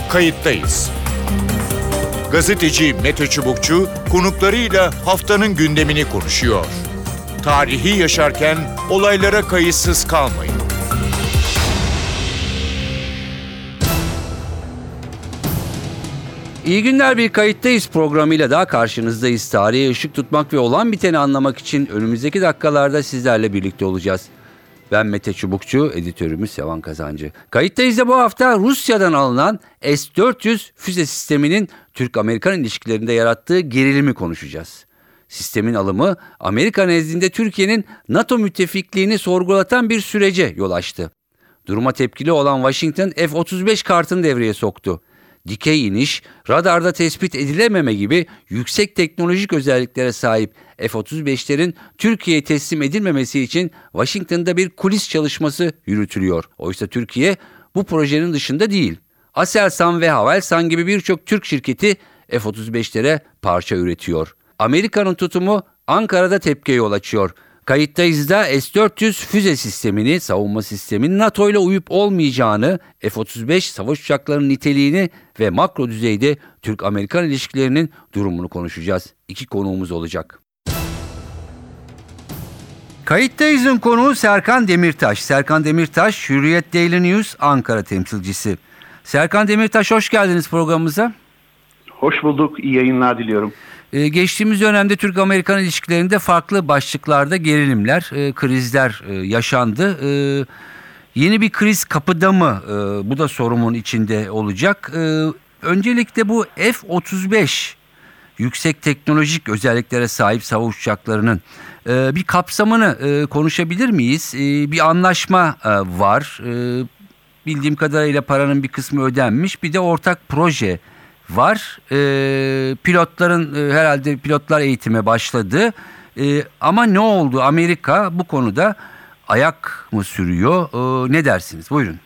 Kayıttayız. Gazeteci Mete Çubukçu konuklarıyla haftanın gündemini konuşuyor. Tarihi yaşarken olaylara kayıtsız kalmayın. İyi günler, bir Kayıttayız programıyla daha karşınızdayız. Tarihe ışık tutmak ve olan biteni anlamak için önümüzdeki dakikalarda sizlerle birlikte olacağız. Ben Mete Çubukçu, editörümüz Sevan Kazancı. Kayıttayız'da bu hafta Rusya'dan alınan S-400 füze sisteminin Türk-Amerikan ilişkilerinde yarattığı gerilimi konuşacağız. Sistemin alımı Amerika nezdinde Türkiye'nin NATO müttefikliğini sorgulatan bir sürece yol açtı. Duruma tepkili olan Washington F-35 kartını devreye soktu. Dikey iniş, radarda tespit edilememe gibi yüksek teknolojik özelliklere sahip F-35'lerin Türkiye'ye teslim edilmemesi için Washington'da bir kulis çalışması yürütülüyor. Oysa Türkiye bu projenin dışında değil. Aselsan ve Havelsan gibi birçok Türk şirketi F-35'lere parça üretiyor. Amerika'nın tutumu Ankara'da tepkiye yol açıyor. Kayıttayız'da S-400 füze sistemini, savunma sisteminin NATO ile uyup olmayacağını, F-35 savaş uçaklarının niteliğini ve makro düzeyde Türk-Amerikan ilişkilerinin durumunu konuşacağız. İki konuğumuz olacak. Kayıttayız'ın konuğu Serkan Demirtaş. Serkan Demirtaş, Hürriyet Daily News Ankara temsilcisi. Serkan Demirtaş, hoş geldiniz programımıza. Hoş bulduk, iyi yayınlar diliyorum. Geçtiğimiz dönemde Türk-Amerikan ilişkilerinde farklı başlıklarda gerilimler, krizler yaşandı. Yeni bir kriz kapıda mı? Bu da sorumun içinde olacak. Öncelikle bu F-35 yüksek teknolojik özelliklere sahip savaş uçaklarının bir kapsamını konuşabilir miyiz? Bir anlaşma var. Bildiğim kadarıyla paranın bir kısmı ödenmiş. Bir de ortak proje var. Pilotların herhalde pilotlar eğitime başladı. Ama ne oldu? Amerika bu konuda ayak mı sürüyor? Ne dersiniz? Buyurun.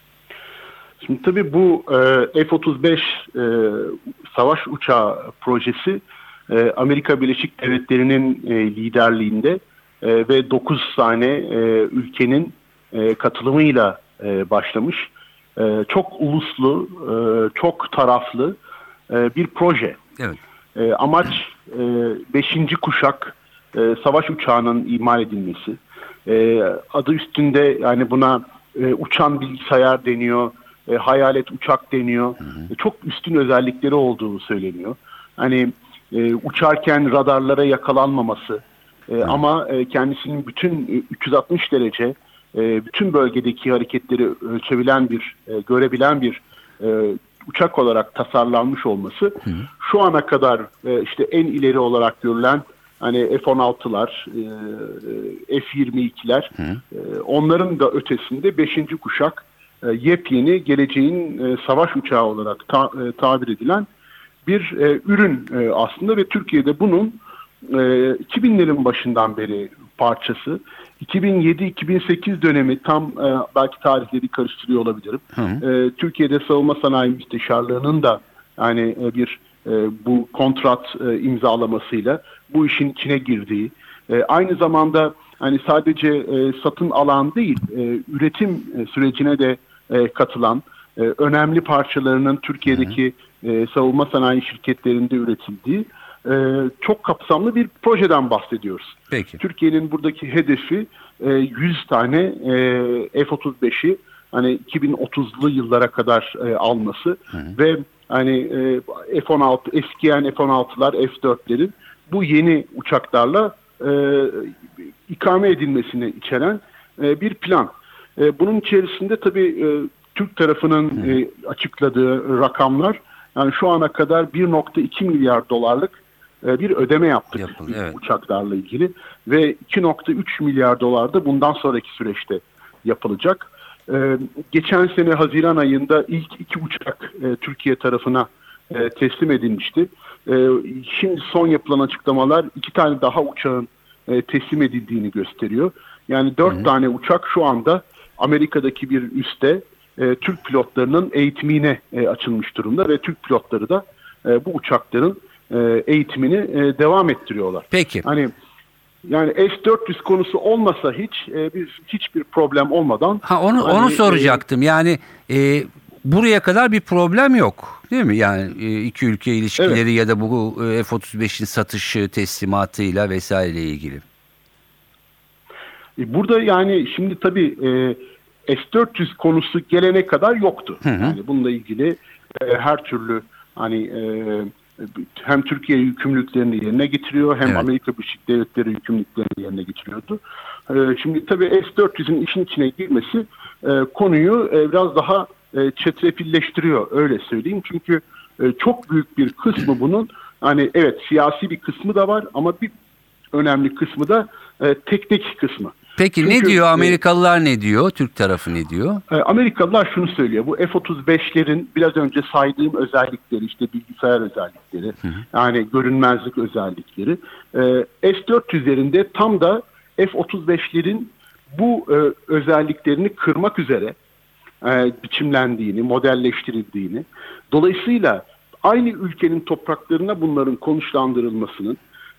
Şimdi tabii bu F-35 savaş uçağı projesi Amerika Birleşik Devletleri'nin liderliğinde ve 9 tane ülkenin katılımıyla başlamış. Çok uluslu, çok taraflı bir proje. Evet. Amaç 5. kuşak savaş uçağının imal edilmesi. Adı üstünde, yani buna uçan bilgisayar deniyor, hayalet uçak deniyor. Çok üstün özellikleri olduğu söyleniyor. Hani uçarken radarlara yakalanmaması ama kendisinin bütün 360 derece bütün bölgedeki hareketleri ölçebilen görebilen bir uçak olarak tasarlanmış olması, şu ana kadar işte en ileri olarak görülen hani F-16'lar, F-22'ler, onların da ötesinde 5. kuşak yepyeni geleceğin savaş uçağı olarak tabir edilen bir ürün aslında ve Türkiye'de bunun 2000'lerin başından beri parçası. 2007-2008 dönemi, tam belki tarihleri karıştırıyor olabilirim. Türkiye'de Savunma Sanayi Müsteşarlığı'nın da yani bu kontrat imzalamasıyla bu işin içine girdiği, aynı zamanda hani sadece satın alan değil, üretim sürecine de katılan, önemli parçalarının Türkiye'deki savunma sanayi şirketlerinde üretildiği çok kapsamlı bir projeden bahsediyoruz. Peki. Türkiye'nin buradaki hedefi 100 tane F-35'i hani 2030'lu yıllara kadar alması ve hani F-16, eskiyen F-16'lar, F-4'lerin bu yeni uçaklarla ikame edilmesini içeren bir plan. Bunun içerisinde tabii Türk tarafının açıkladığı rakamlar, yani şu ana kadar 1.2 milyar dolarlık bir ödeme yaptık uçaklarla ilgili ve 2.3 milyar dolar da bundan sonraki süreçte yapılacak. Geçen sene Haziran ayında ilk 2 uçak Türkiye tarafına teslim edilmişti. Şimdi son yapılan açıklamalar 2 tane daha uçağın teslim edildiğini gösteriyor. Yani 4 tane uçak şu anda Amerika'daki bir üste Türk pilotlarının eğitimine açılmış durumda ve Türk pilotları da bu uçakların eğitimini devam ettiriyorlar. Peki. Hani yani S-400 konusu olmasa biz hiçbir problem olmadan onu soracaktım. Yani buraya kadar bir problem yok, değil mi? Yani iki ülke ilişkileri, Evet. ya da bu F-35'in satışı, teslimatıyla vesaire ilgili. Burada yani şimdi tabii S-400 konusu gelene kadar yoktu. Yani bununla ilgili her türlü hani hem Türkiye yükümlülüklerini yerine getiriyor, hem Evet. Amerika Birleşik Devletleri yükümlülüklerini yerine getiriyordu. Şimdi tabii S-400'ün işin içine girmesi konuyu biraz daha çetrefilleştiriyor, öyle söyleyeyim. Çünkü çok büyük bir kısmı bunun, hani evet siyasi bir kısmı da var ama bir önemli kısmı da teknik kısmı. Peki Çünkü, ne diyor Amerikalılar, ne diyor? Türk tarafı ne diyor? Amerikalılar şunu söylüyor. Bu F-35'lerin biraz önce saydığım özellikleri, işte bilgisayar özellikleri, yani görünmezlik özellikleri, S-400'lerinde tam da F-35'lerin bu özelliklerini kırmak üzere biçimlendiğini, modelleştirildiğini, dolayısıyla aynı ülkenin topraklarına bunların konuşlandırılmasının,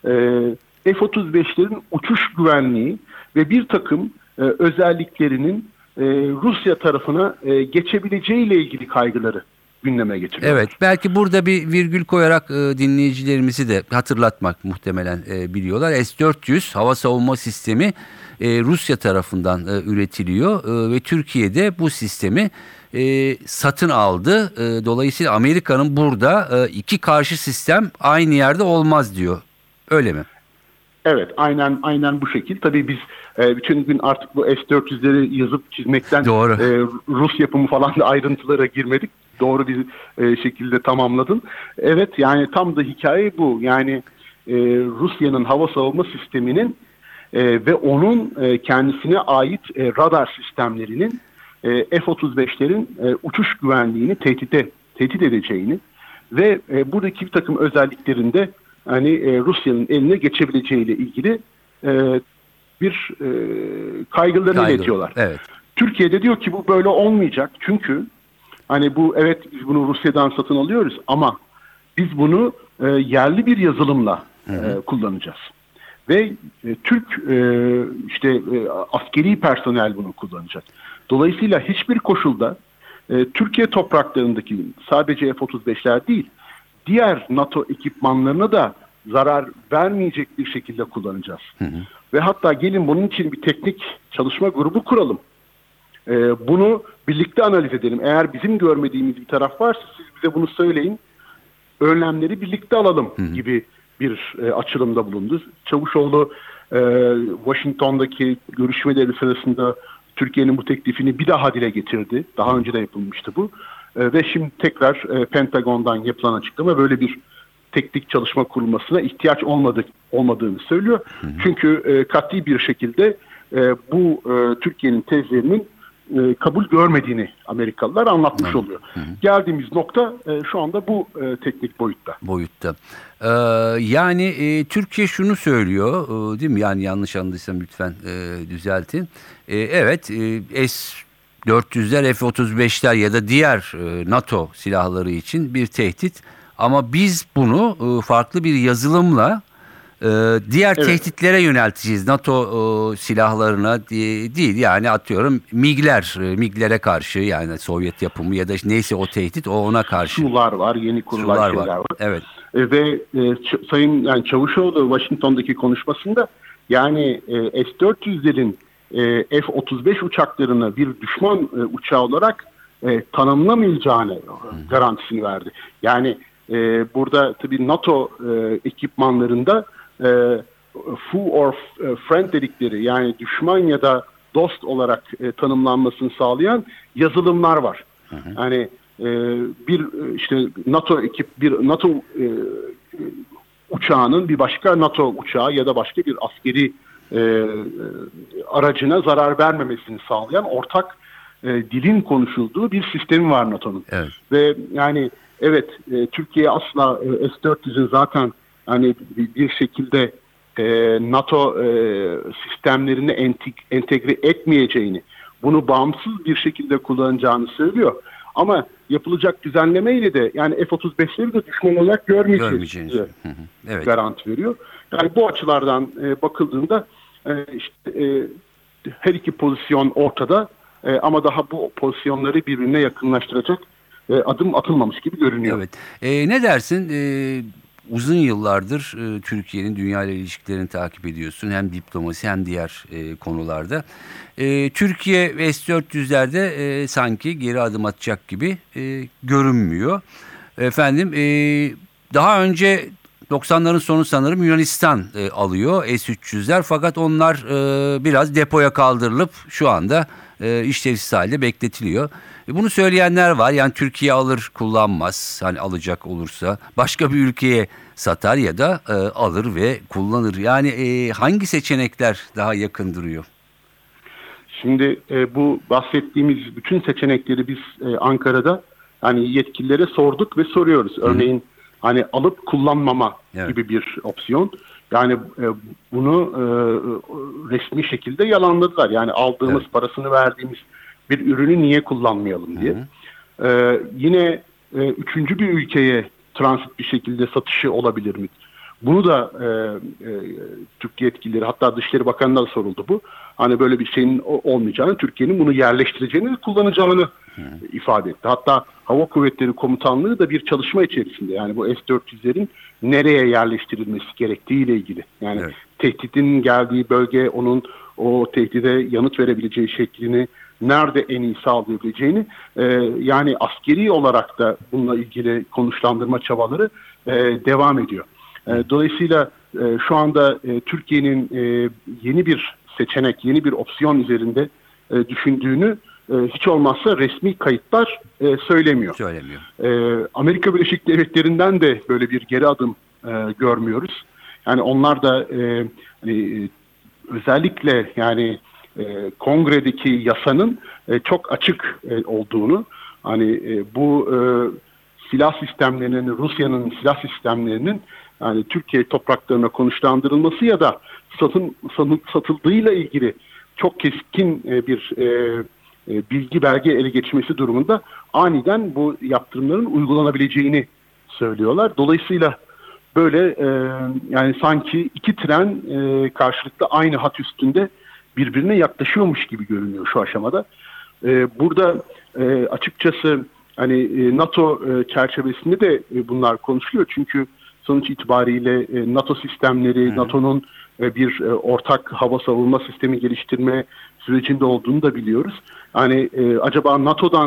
F-35'lerin uçuş güvenliği ve bir takım özelliklerinin Rusya tarafına geçebileceğiyle ilgili kaygıları gündeme getiriyor. Evet, belki burada bir virgül koyarak dinleyicilerimizi de hatırlatmak muhtemelen biliyorlar. S-400 hava savunma sistemi Rusya tarafından üretiliyor ve Türkiye'de bu sistemi satın aldı. Dolayısıyla Amerika'nın burada iki karşı sistem aynı yerde olmaz diyor. Öyle mi? Evet, aynen bu şekil. Tabii biz bütün gün artık bu S-400'leri yazıp çizmekten Doğru. Rus yapımı falan da ayrıntılara girmedik. Doğru bir şekilde tamamladın. Evet, yani tam da hikaye bu. Yani Rusya'nın hava savunma sisteminin ve onun kendisine ait radar sistemlerinin F-35'lerin uçuş güvenliğini tehdit edeceğini ve buradaki bir takım özelliklerinde hani Rusya'nın eline geçebileceğiyle ilgili bir kaygılarını iletiyorlar. Evet. Türkiye'de diyor ki bu böyle olmayacak. Çünkü hani bu, evet biz bunu Rusya'dan satın alıyoruz ama biz bunu yerli bir yazılımla kullanacağız. Ve Türk askeri personel bunu kullanacak. Dolayısıyla hiçbir koşulda Türkiye topraklarındaki sadece F-35'ler değil, diğer NATO ekipmanlarına da zarar vermeyecek bir şekilde kullanacağız. Ve hatta gelin bunun için bir teknik çalışma grubu kuralım. Bunu birlikte analiz edelim. Eğer bizim görmediğimiz bir taraf varsa siz bize bunu söyleyin. Önlemleri birlikte alalım gibi bir açılımda bulundu. Çavuşoğlu Washington'daki görüşmeleri sırasında Türkiye'nin bu teklifini bir daha dile getirdi. Daha önce de yapılmıştı bu. Ve şimdi tekrar Pentagon'dan yapılan açıklama böyle bir teknik çalışma kurulmasına ihtiyaç olmadığını söylüyor. Çünkü kat'i bir şekilde bu Türkiye'nin tezlerinin kabul görmediğini Amerikalılar anlatmış oluyor. Geldiğimiz nokta şu anda bu teknik boyutta. Yani Türkiye şunu söylüyor, değil mi? Yani yanlış anladıysam lütfen düzeltin. Evet, S-400'ler, F-35'ler ya da diğer NATO silahları için bir tehdit. Ama biz bunu farklı bir yazılımla diğer tehditlere yönelteceğiz. NATO silahlarına değil, yani atıyorum MiG'lere karşı, yani Sovyet yapımı ya da neyse o tehdit, o ona karşı. Sular var, yeni kurulan şeyler var. Evet. Ve Sayın Çavuşoğlu Washington'daki konuşmasında yani S-400'lerin F-35 uçaklarını bir düşman uçağı olarak tanımlamayacağını garantisini verdi. Yani burada tabii NATO ekipmanlarında foe or friend dedikleri, yani düşman ya da dost olarak tanımlanmasını sağlayan yazılımlar var. Yani bir NATO uçağının bir başka NATO uçağı ya da başka bir askeri aracına zarar vermemesini sağlayan ortak dilin konuşulduğu bir sistemi var NATO'nun. Evet. Ve yani evet, Türkiye asla S-400'ün zaten hani bir şekilde NATO sistemlerine entegre etmeyeceğini, bunu bağımsız bir şekilde kullanacağını söylüyor. Ama yapılacak düzenlemeyle de yani F-35'leri de düşman olarak görmeyeceğiz. Evet. Garanti veriyor. Yani bu açılardan bakıldığında her iki pozisyon ortada. ama daha bu pozisyonları birbirine yakınlaştıracak adım atılmamış gibi görünüyor. Evet. Ne dersin? Uzun yıllardır Türkiye'nin dünya ile ilişkilerini takip ediyorsun. Hem diplomasi hem diğer konularda. Türkiye S-400'lerde sanki geri adım atacak gibi görünmüyor. Efendim daha önce 90'ların sonu sanırım Yunanistan alıyor S-300'ler. Fakat onlar biraz depoya kaldırılıp şu anda işlevsiz halde bekletiliyor. Bunu söyleyenler var. Yani Türkiye alır kullanmaz. Hani alacak olursa başka bir ülkeye satar ya da alır ve kullanır. Yani hangi seçenekler daha yakın duruyor? Şimdi bu bahsettiğimiz bütün seçenekleri biz Ankara'da hani yetkililere sorduk ve soruyoruz. Örneğin hani alıp kullanmama gibi bir opsiyon. Yani bunu resmi şekilde yalanladılar. Yani aldığımız, parasını verdiğimiz bir ürünü niye kullanmayalım diye. Yine üçüncü bir ülkeye transit bir şekilde satışı olabilir mi? Bunu da Türk yetkilileri, hatta Dışişleri Bakanı'na da soruldu bu. Hani böyle bir şeyin olmayacağını, Türkiye'nin bunu yerleştireceğini ve kullanacağını ifade etti. Hatta Hava Kuvvetleri Komutanlığı da bir çalışma içerisinde, yani bu S-400'lerin nereye yerleştirilmesi gerektiği ile ilgili. Yani tehditin geldiği bölge, onun o tehdide yanıt verebileceği şeklini nerede en iyi sağlayabileceğini, yani askeri olarak da bununla ilgili konuşlandırma çabaları devam ediyor. Dolayısıyla şu anda Türkiye'nin yeni bir seçenek, yeni bir opsiyon üzerinde düşündüğünü hiç olmazsa resmi kayıtlar söylemiyor. Amerika Birleşik Devletleri'nden de böyle bir geri adım görmüyoruz. Yani onlar da hani, özellikle yani kongredeki yasanın çok açık olduğunu, hani bu silah sistemlerinin, Rusya'nın silah sistemlerinin yani Türkiye topraklarına konuşlandırılması ya da satıldığıyla ilgili çok keskin bir bilgi belge ele geçirmesi durumunda aniden bu yaptırımların uygulanabileceğini söylüyorlar. Dolayısıyla böyle yani sanki iki tren karşılıklı aynı hat üstünde birbirine yaklaşıyormuş gibi görünüyor şu aşamada. Burada açıkçası hani NATO çerçevesinde de bunlar konuşuluyor. Çünkü sonuç itibariyle NATO sistemleri, NATO'nun bir ortak hava savunma sistemi geliştirme sürecinde olduğunu da biliyoruz. Hani acaba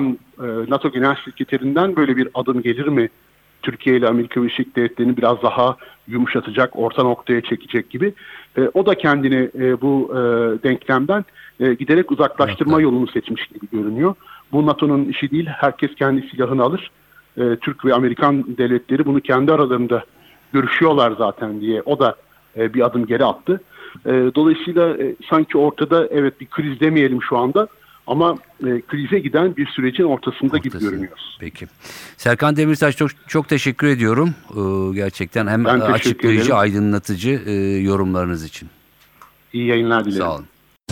NATO Genel Sekreterinden böyle bir adım gelir mi? Türkiye ile Amerika Birleşik Devletleri'ni biraz daha yumuşatacak, orta noktaya çekecek gibi. O da kendini bu denklemden giderek uzaklaştırma yolunu seçmiş gibi görünüyor. Bu NATO'nun işi değil, herkes kendi silahını alır. Türk ve Amerikan devletleri bunu kendi aralarında görüşüyorlar zaten diye o da bir adım geri attı. Dolayısıyla sanki ortada evet bir kriz demeyelim şu anda ama krize giden bir sürecin ortasında gibi görünüyoruz. Peki. Serkan Demirtaş çok teşekkür ediyorum. Gerçekten hem açıklayıcı, aydınlatıcı yorumlarınız için. İyi yayınlar dilerim. Sağ olun.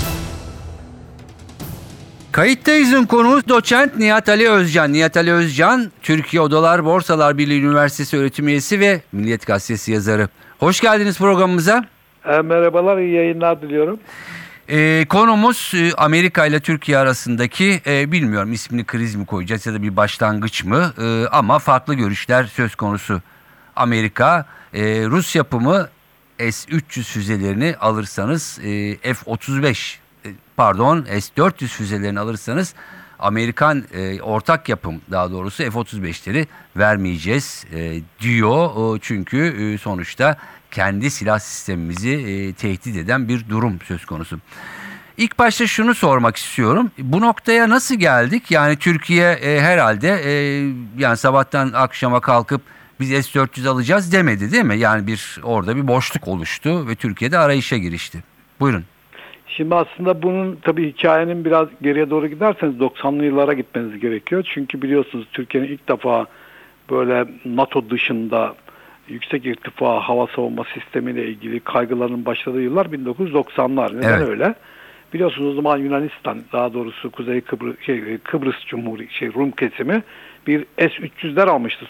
Kayıttayız'ın konuğu doçent Nihat Ali Özcan. Nihat Ali Özcan, Türkiye Odalar Borsalar Birliği Üniversitesi öğretim üyesi ve Milliyet Gazetesi yazarı. Hoş geldiniz programımıza. Merhabalar, iyi yayınlar diliyorum. Konumuz Amerika ile Türkiye arasındaki bilmiyorum ismini kriz mi koyacağız ya da bir başlangıç mı ama farklı görüşler söz konusu. Amerika Rus yapımı S-300 füzelerini alırsanız S-400 füzelerini alırsanız Amerikan ortak yapım daha doğrusu F-35'leri vermeyeceğiz diyor. Çünkü sonuçta kendi silah sistemimizi tehdit eden bir durum söz konusu. İlk başta şunu sormak istiyorum. Bu noktaya nasıl geldik? Yani Türkiye herhalde yani sabahtan akşama kalkıp biz S-400 alacağız demedi değil mi? Yani orada bir boşluk oluştu ve Türkiye de arayışa girişti. Buyurun. Şimdi aslında bunun tabii hikayenin biraz geriye doğru giderseniz 90'lı yıllara gitmeniz gerekiyor. Çünkü biliyorsunuz Türkiye'nin ilk defa böyle NATO dışında yüksek irtifa hava savunma sistemiyle ilgili kaygıların başladığı yıllar 1990'lar. Neden öyle? Biliyorsunuz o zaman Yunanistan, daha doğrusu Kuzey Kıbrıs Cumhuriyeti Rum kesimi bir S-300'ler almıştı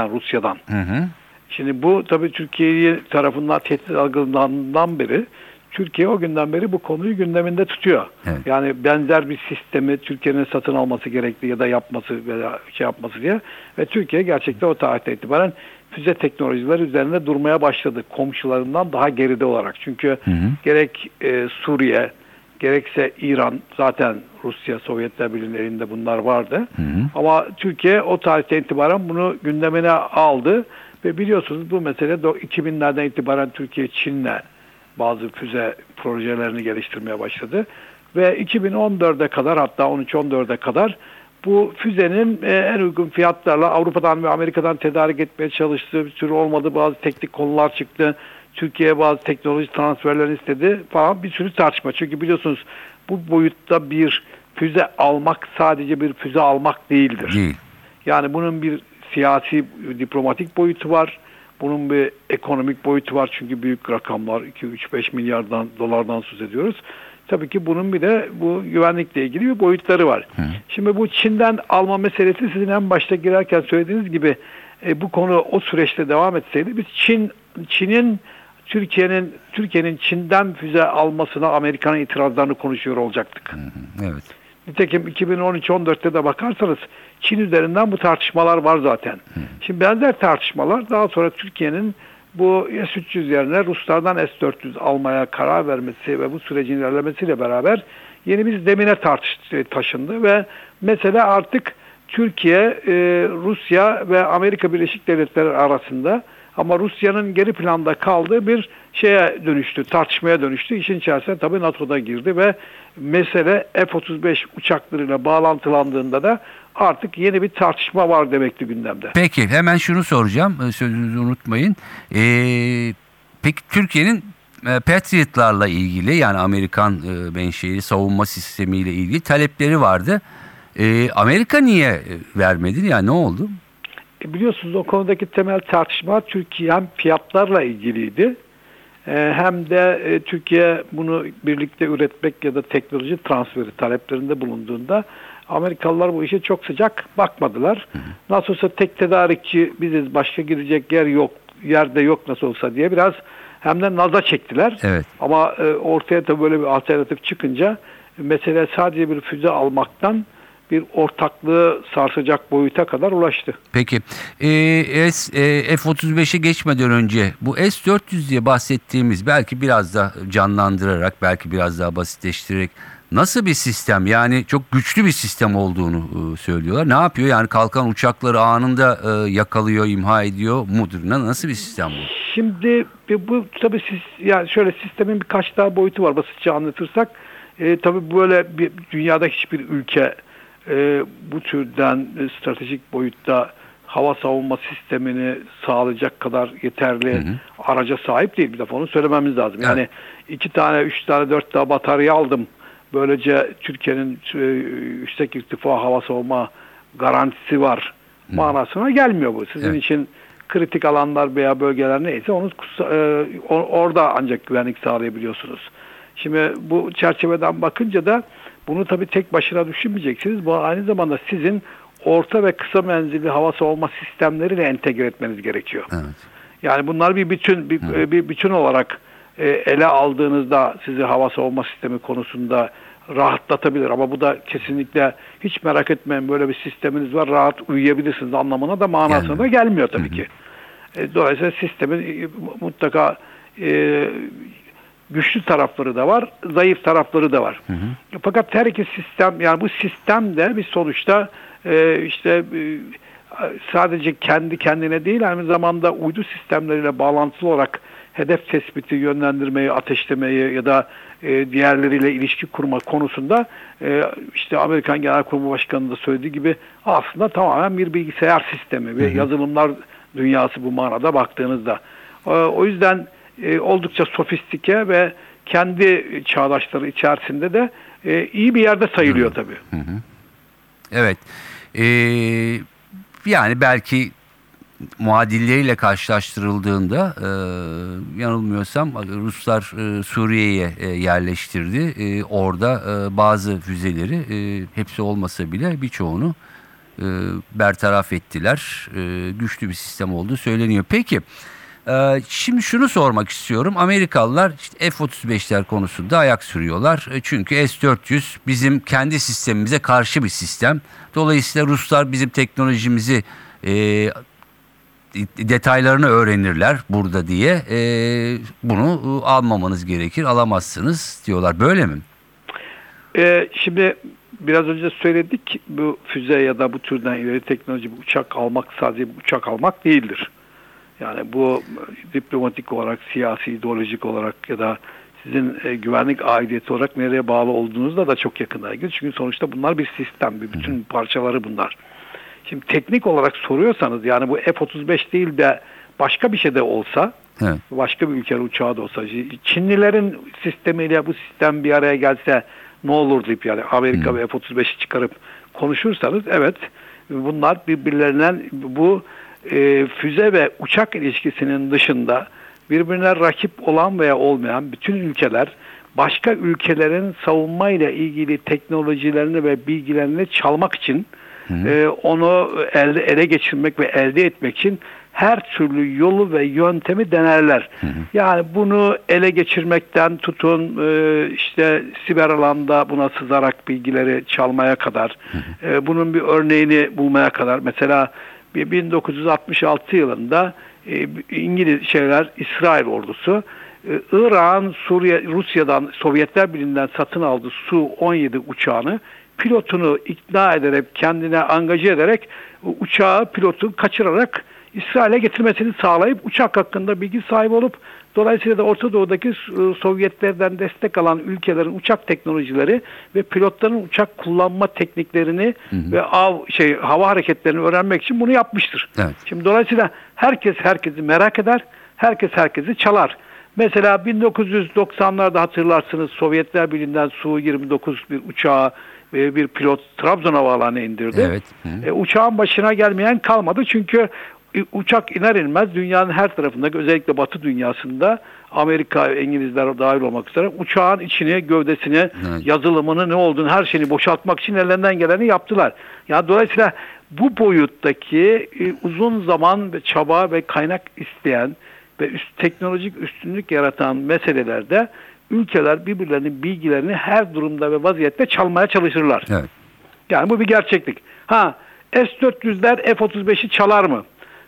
Rusya'dan. Şimdi bu tabii Türkiye tarafından tehdit algılandığından beri Türkiye o günden beri bu konuyu gündeminde tutuyor. Evet. Yani benzer bir sistemi Türkiye'nin satın alması gerekli ya da yapması veya yapması diye. Ve Türkiye gerçekten o tarihte itibaren füze teknolojileri üzerinde durmaya başladı. Komşularından daha geride olarak. Çünkü gerek Suriye, gerekse İran, zaten Rusya, Sovyetler Birliği'nin elinde bunlar vardı. Ama Türkiye o tarihte itibaren bunu gündemine aldı. Ve biliyorsunuz bu mesele 2000'lerden itibaren Türkiye Çin'le bazı füze projelerini geliştirmeye başladı. Ve 2014'e kadar, hatta 13-14'e kadar bu füzenin en uygun fiyatlarla Avrupa'dan ve Amerika'dan tedarik etmeye çalıştığı bir sürü olmadı. Bazı teknik konular çıktı. Türkiye'ye bazı teknoloji transferlerini istedi falan, bir sürü tartışma. Çünkü biliyorsunuz bu boyutta bir füze almak sadece bir füze almak değildir. Değil. Yani bunun bir siyasi, diplomatik boyutu var. Bunun bir ekonomik boyutu var. Çünkü büyük rakamlar, 2-3-5 milyar dolardan söz ediyoruz. Tabii ki bunun bir de bu güvenlikle ilgili bir boyutları var. Şimdi bu Çin'den alma meselesi, sizin en başta girerken söylediğiniz gibi bu konu o süreçte devam etseydi biz Türkiye'nin Çin'den füze almasına Amerika'nın itirazlarını konuşuyor olacaktık. Evet. Nitekim 2013-14'te de bakarsanız Çin üzerinden bu tartışmalar var zaten. Şimdi benzer tartışmalar daha sonra Türkiye'nin bu S-300 yerine Ruslardan S-400 almaya karar vermesi ve bu sürecin ilerlemesiyle beraber yeni bir zemine taşındı ve mesele artık Türkiye, Rusya ve Amerika Birleşik Devletleri arasında, ama Rusya'nın geri planda kaldığı bir şeye dönüştü, tartışmaya dönüştü. İşin içerisine tabii NATO'da girdi ve mesele F-35 uçaklarıyla bağlantılandığında da artık yeni bir tartışma var demekti gündemde. Peki hemen şunu soracağım, sözünüzü unutmayın. Peki Türkiye'nin Patriot'larla ilgili, yani Amerikan menşeli savunma sistemiyle ilgili talepleri vardı. Amerika niye vermedi? Yani ne oldu? Biliyorsunuz o konudaki temel tartışma Türkiye hem fiyatlarla ilgiliydi hem de Türkiye bunu birlikte üretmek ya da teknoloji transferi taleplerinde bulunduğunda Amerikalılar bu işe çok sıcak bakmadılar. Nasıl olsa tek tedarikçi biziz, başka girecek yer yok, yerde yok nasıl olsa diye biraz hem de naza çektiler. Evet. Ama ortaya da böyle bir alternatif çıkınca mesele sadece bir füze almaktan bir ortaklığı sarsacak boyuta kadar ulaştı. Peki F-35'e geçmeden önce bu S-400 diye bahsettiğimiz, belki biraz da canlandırarak, belki biraz daha basitleştirerek, nasıl bir sistem? Yani çok güçlü bir sistem olduğunu söylüyorlar. Ne yapıyor? Yani kalkan uçakları anında yakalıyor, imha ediyor mudur? Nasıl bir sistem bu? Şimdi bu tabii yani şöyle, sistemin birkaç daha boyutu var basitçe anlatırsak. Tabii böyle bir dünyada hiçbir ülke bu türden stratejik boyutta hava savunma sistemini sağlayacak kadar yeterli araca sahip değil. Bir defa onu söylememiz lazım. Evet. Yani 2 tane, 3 tane, 4 tane batarya aldım, böylece Türkiye'nin yüksek irtifa hava savunma garantisi var manasına gelmiyor bu. Sizin için kritik alanlar veya bölgeler neyse onu orada ancak güvenlik sağlayabiliyorsunuz. Şimdi bu çerçeveden bakınca da bunu tabii tek başına düşünmeyeceksiniz. Bu aynı zamanda sizin orta ve kısa menzilli hava savunma sistemleriyle entegre etmeniz gerekiyor. Evet. Yani bunlar bir bütün olarak ele aldığınızda sizi hava savunma sistemi konusunda rahatlatabilir. Ama bu da kesinlikle hiç merak etmeyin, böyle bir sisteminiz var, rahat uyuyabilirsiniz anlamına da manasına da gelmiyor tabii ki. Dolayısıyla sistemin mutlaka güçlü tarafları da var, zayıf tarafları da var. Fakat her iki sistem, yani bu sistem de bir sonuçta sadece kendi kendine değil, aynı zamanda uydu sistemleriyle bağlantılı olarak hedef tespiti, yönlendirmeyi, ateşlemeyi ya da diğerleriyle ilişki kurma konusunda işte Amerikan Genelkurmay Başkanı da söylediği gibi aslında tamamen bir bilgisayar sistemi ve yazılımlar dünyası bu manada baktığınızda. O yüzden oldukça sofistike ve kendi çağdaşları içerisinde de iyi bir yerde sayılıyor tabii. Evet. Yani belki muadilleriyle karşılaştırıldığında yanılmıyorsam Ruslar Suriye'ye yerleştirdi. Orada bazı füzeleri, hepsi olmasa bile birçoğunu bertaraf ettiler. Güçlü bir sistem olduğu söyleniyor. Peki Şimdi şunu sormak istiyorum. Amerikalılar işte F-35'ler konusunda ayak sürüyorlar. Çünkü S-400 bizim kendi sistemimize karşı bir sistem. Dolayısıyla Ruslar bizim teknolojimizi detaylarını öğrenirler burada diye bunu almamanız gerekir, alamazsınız diyorlar. Böyle mi? Şimdi biraz önce söyledik, bu füze ya da bu türden ileri teknoloji bir uçak almak sadece bir uçak almak değildir. Yani bu diplomatik olarak, siyasi, ideolojik olarak ya da sizin güvenlik aidiyeti olarak nereye bağlı olduğunuzda da çok yakına ilgili. Çünkü sonuçta bunlar bir sistem, bir bütün parçaları bunlar. Şimdi teknik olarak soruyorsanız, yani bu F-35 değil de başka bir şey de olsa, Evet. başka bir ülkenin uçağı da olsa, Çinlilerin sistemiyle bu sistem bir araya gelse ne olur deyip, yani Amerika ve F-35'i çıkarıp konuşursanız, evet, bunlar birbirlerinden bu füze ve uçak ilişkisinin dışında birbirine rakip olan veya olmayan bütün ülkeler başka ülkelerin savunmayla ilgili teknolojilerini ve bilgilerini çalmak için, onu ele geçirmek ve elde etmek için her türlü yolu ve yöntemi denerler. Yani bunu ele geçirmekten tutun işte siber alanda buna sızarak bilgileri çalmaya kadar, bunun bir örneğini bulmaya kadar. Mesela 1966 yılında İngiliz İsrail ordusu Irak'ın Rusya'dan, Sovyetler Birliği'nden satın aldığı Su-17 uçağını pilotunu ikna ederek, kendine angaje ederek uçağı pilotu kaçırarak İsrail'e getirmesini sağlayıp uçak hakkında bilgi sahibi olup, dolayısıyla da Orta Doğu'daki Sovyetlerden destek alan ülkelerin uçak teknolojileri ve pilotların uçak kullanma tekniklerini ve hava hareketlerini öğrenmek için bunu yapmıştır. Evet. Şimdi dolayısıyla herkes herkesi merak eder, herkes herkesi çalar. Mesela 1990'larda hatırlarsınız, Sovyetler Birliği'nden Su-29 bir uçağı bir pilot Trabzon Havaalanı'na indirdi. Evet. Uçağın başına gelmeyen kalmadı, çünkü uçak iner inmez dünyanın her tarafında, özellikle Batı dünyasında, Amerika, İngilizler dahil olmak üzere, uçağın içini, gövdesini, Evet, yazılımını, ne olduğunu, her şeyini boşaltmak için ellerinden geleni yaptılar. Yani dolayısıyla bu boyuttaki uzun zaman ve çaba ve kaynak isteyen ve teknolojik üstünlük yaratan meselelerde ülkeler birbirlerinin bilgilerini her durumda ve vaziyette çalmaya çalışırlar. Evet. Yani bu bir gerçeklik. S-400'ler F-35'i çalar mı?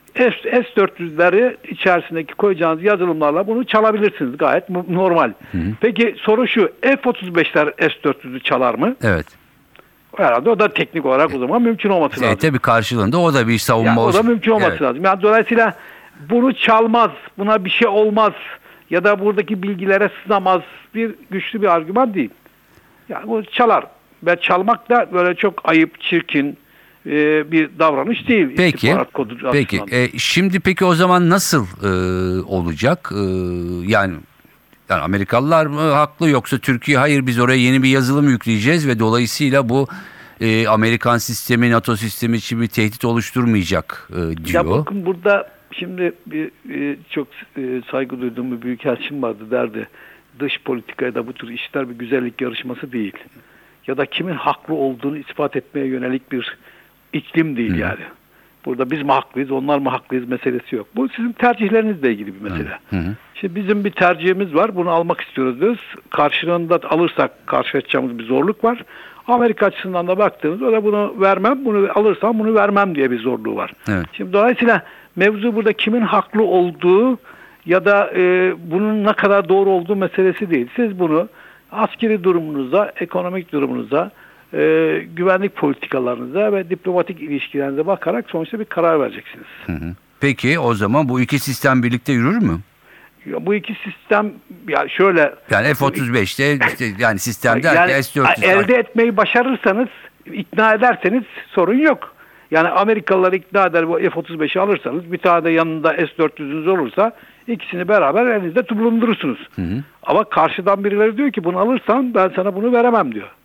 S-400'leri içerisindeki koyacağınız yazılımlarla bunu çalabilirsiniz. Gayet normal. Peki soru şu: F-35'ler S-400'ü çalar mı? Evet. Herhalde o da teknik olarak o zaman mümkün olması lazım. Tabii karşılığında o da bir savunma Yani o da mümkün olması Evet. lazım. Yani dolayısıyla bunu çalmaz, buna bir şey olmaz ya da buradaki bilgilere sızamaz güçlü bir argüman değil. Yani bu çalar. Ve çalmak da böyle çok ayıp, çirkin bir davranış değil. Peki. İstihbarat kodu Peki. açısından. Şimdi peki o zaman nasıl olacak? Yani Amerikalılar mı haklı, yoksa Türkiye hayır biz oraya yeni bir yazılım yükleyeceğiz ve dolayısıyla bu Amerikan sistemi, NATO sistemi için bir tehdit oluşturmayacak diyor. Ya bakın, burada şimdi çok saygı duyduğum bir büyükelçim vardı, derdi: dış politikaya da bu tür işler bir güzellik yarışması değil. Ya da kimin haklı olduğunu ispat etmeye yönelik bir iklim değil yani. Burada biz mi haklıyız, onlar mı haklıyız meselesi yok. Bu sizin tercihlerinizle ilgili bir mesele. Şimdi bizim bir tercihimiz var, bunu almak istiyoruz diyoruz. Karşılığında alırsak karşılaşacağımız bir zorluk var. Amerika açısından da baktığımızda o da bunu vermem, bunu alırsam bunu vermem diye bir zorluğu var. Evet. Şimdi dolayısıyla mevzu burada kimin haklı olduğu ya da bunun ne kadar doğru olduğu meselesi değil. Siz bunu askeri durumunuza, ekonomik durumunuza, güvenlik politikalarınıza ve diplomatik ilişkilerinize bakarak sonuçta bir karar vereceksiniz. Peki o zaman bu iki sistem birlikte yürür mü? Ya bu iki sistem, ya şöyle, Yani F-35'te işte yani sistem derken yani S-400 elde etmeyi başarırsanız, ikna ederseniz sorun yok. Yani Amerikalıları ikna eder, bu F-35'i alırsanız, bir tane de yanında S-400'ünüz olursa ikisini beraber elinizde bulundurursunuz. Ama karşıdan birileri diyor ki bunu alırsan ben sana bunu veremem diyor.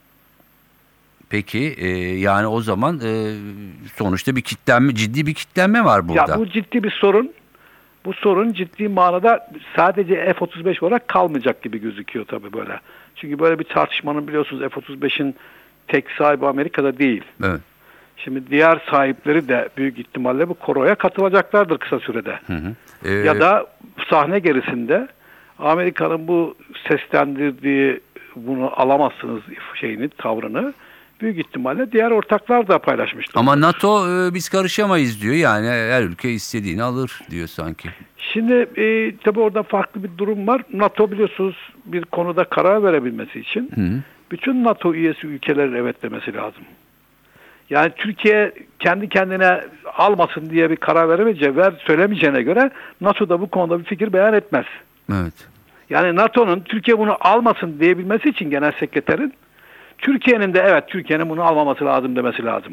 Peki yani o zaman sonuçta bir kitlenme, ciddi bir kitlenme var burada. Ya bu ciddi bir sorun. Bu sorun ciddi manada sadece F-35 olarak kalmayacak gibi gözüküyor tabii böyle. Çünkü böyle bir tartışmanın, biliyorsunuz, F-35'in tek sahibi Amerika'da değil. Evet. Şimdi diğer sahipleri de büyük ihtimalle bu koroya katılacaklardır kısa sürede. Ya da sahne gerisinde Amerika'nın bu seslendirdiği bunu alamazsınız tavrını büyük ihtimalle diğer ortaklar da paylaşmıştır. Ama NATO biz karışamayız diyor. Yani her ülke istediğini alır diyor sanki. Şimdi tabii orada farklı bir durum var. NATO biliyorsunuz bir konuda karar verebilmesi için bütün NATO üyesi ülkelerin evet demesi lazım. Yani Türkiye kendi kendine almasın diye bir karar söylemeyeceğine göre NATO da bu konuda bir fikir beyan etmez. Evet. Yani NATO'nun Türkiye bunu almasın diyebilmesi için genel sekreterin Türkiye'nin de evet Türkiye'nin bunu almaması lazım demesi lazım.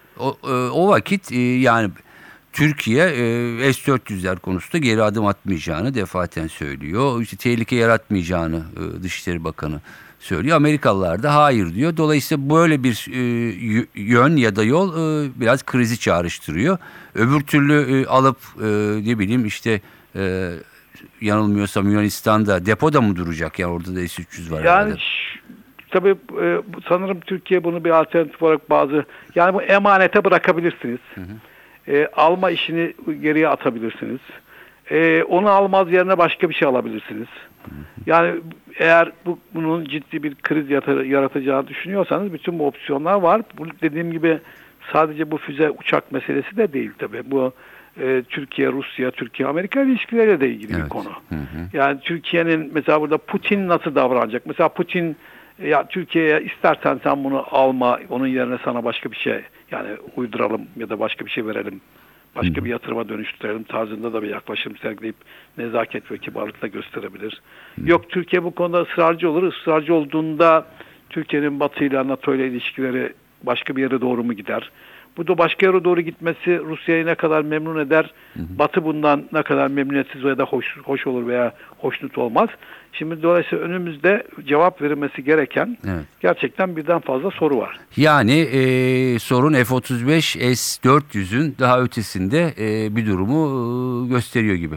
O vakit yani Türkiye S-400'ler konusunda geri adım atmayacağını defaten söylüyor. İşte tehlike yaratmayacağını Dışişleri Bakanı söylüyor. Amerikalılar da hayır diyor. Dolayısıyla böyle bir yön ya da yol biraz krizi çağrıştırıyor. Öbür türlü alıp ne bileyim işte yanılmıyorsam Yunanistan'da depoda mı duracak? Yani orada da S-300 var. Yani tabii sanırım Türkiye bunu bir alternatif olarak yani bu emanete bırakabilirsiniz. Alma işini geriye atabilirsiniz. Onu almaz yerine başka bir şey alabilirsiniz. Yani eğer bunun ciddi bir kriz yaratacağını düşünüyorsanız bütün bu opsiyonlar var. Bu dediğim gibi sadece bu füze uçak meselesi de değil tabii. Bu Türkiye, Rusya, Türkiye-Amerika ilişkileriyle de ilgili bir konu. Yani Türkiye'nin mesela burada Putin nasıl davranacak? Mesela Putin ya Türkiye'ye istersen sen bunu alma, onun yerine sana başka bir şey yani uyduralım ya da başka bir şey verelim. Başka bir yatırıma dönüştürelim tarzında da bir yaklaşım sergileyip nezaket ve kibarlıkla gösterebilir. Yok Türkiye bu konuda ısrarcı olur. Israrcı olduğunda Türkiye'nin Batı ile NATO ile ilişkileri başka bir yere doğru mu gider? Bu da başka yere doğru gitmesi Rusya'yı ne kadar memnun eder? Batı bundan ne kadar memnuniyetsiz veya da hoş olur veya hoşnut olmaz. Şimdi dolayısıyla önümüzde cevap verilmesi gereken gerçekten birden fazla soru var. Yani sorun F-35 S-400'ün daha ötesinde bir durumu gösteriyor gibi.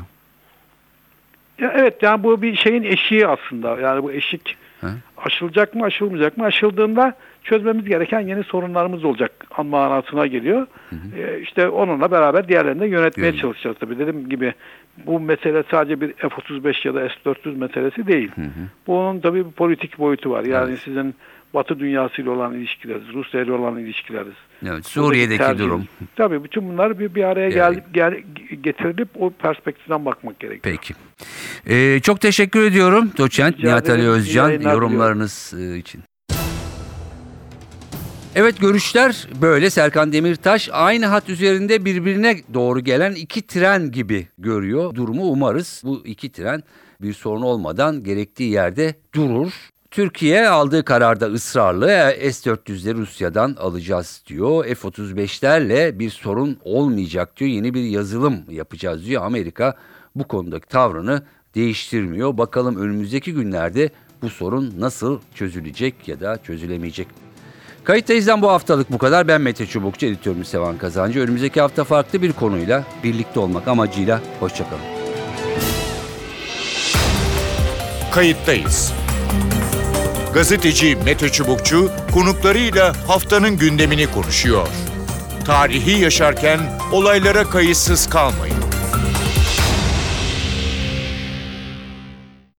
Ya evet yani bu bir şeyin eşiği aslında. Yani bu eşik aşılacak mı aşılmayacak mı? Aşıldığında çözmemiz gereken yeni sorunlarımız olacak manasına geliyor. İşte onunla beraber diğerlerini de yönetmeye çalışacağız tabii. Dediğim gibi bu mesele sadece bir F-35 ya da S-400 meselesi değil. Bunun tabii bir politik boyutu var. Yani sizin Batı dünyasıyla olan ilişkileriniz, Rusya ile olan ilişkileriniz. Evet, Suriye'deki durum. Tabii bütün bunlar bir araya getirilip o perspektiften bakmak gerekiyor. Peki. Çok teşekkür ediyorum Doçent Nihat Ali Özcan yorumlarınız için. Evet görüşler böyle. Serkan Demirtaş aynı hat üzerinde birbirine doğru gelen iki tren gibi görüyor durumu. Umarız bu iki tren bir sorun olmadan gerektiği yerde durur. Türkiye aldığı kararda ısrarlı S-400'leri Rusya'dan alacağız diyor. F-35'lerle bir sorun olmayacak diyor. Yeni bir yazılım yapacağız diyor. Amerika bu konudaki tavrını değiştirmiyor. Bakalım önümüzdeki günlerde bu sorun nasıl çözülecek ya da çözülemeyecek. Kayıttayız'dan bu haftalık bu kadar. Ben Mete Çubukçu, editörümüz Sevan Kazancı. Önümüzdeki hafta farklı bir konuyla birlikte olmak amacıyla hoşçakalın. Kayıttayız. Gazeteci Mete Çubukçu konuklarıyla haftanın gündemini konuşuyor. Tarihi yaşarken olaylara kayıtsız kalmayın.